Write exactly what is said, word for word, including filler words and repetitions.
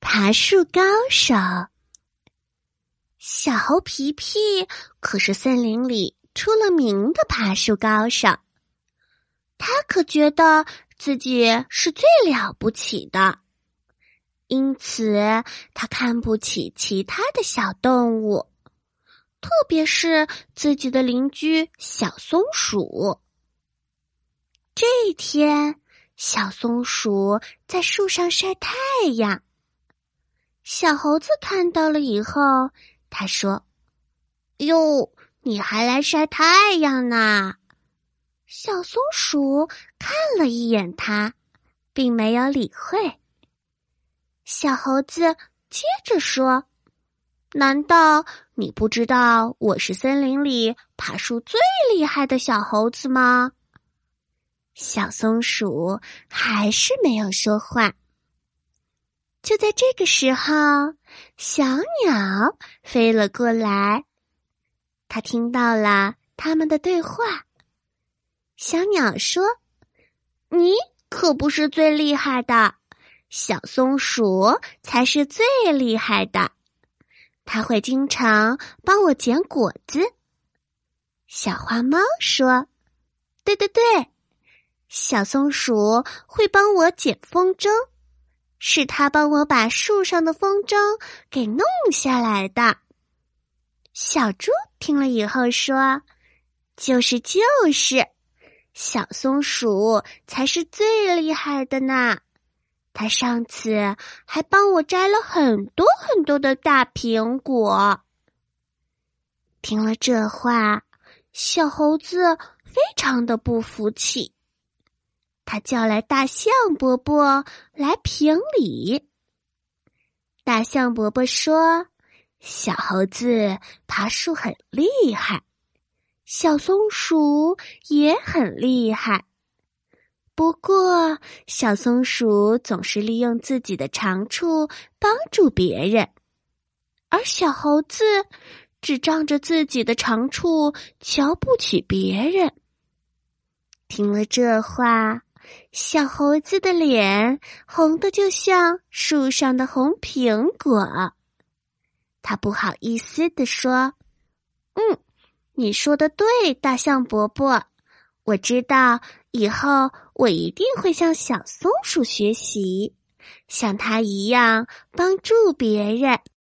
爬树高手。小猴皮皮可是森林里出了名的爬树高手，他可觉得自己是最了不起的，因此他看不起其他的小动物，特别是自己的邻居小松鼠。这一天，小松鼠在树上晒太阳。小猴子看到了以后，他说：“哟，你还来晒太阳呢？”小松鼠看了一眼它，并没有理会。小猴子接着说：“难道你不知道我是森林里爬树最厉害的小猴子吗？”小松鼠还是没有说话。就在这个时候，小鸟飞了过来，它听到了他们的对话。小鸟说：“你可不是最厉害的，小松鼠才是最厉害的，它会经常帮我捡果子。”小花猫说：“对对对，小松鼠会帮我捡风筝，是它帮我把树上的风筝给弄下来的。”小猪听了以后说：“就是就是，小松鼠才是最厉害的呢，它上次还帮我摘了很多很多的大苹果。”听了这话，小猴子非常的不服气，他叫来大象伯伯来评理。大象伯伯说：“小猴子爬树很厉害，小松鼠也很厉害。不过，小松鼠总是利用自己的长处帮助别人，而小猴子只仗着自己的长处瞧不起别人。”听了这话，小猴子的脸红得就像树上的红苹果。他不好意思地说：“嗯，你说的对，大象伯伯，我知道以后我一定会向小松鼠学习，像他一样帮助别人。”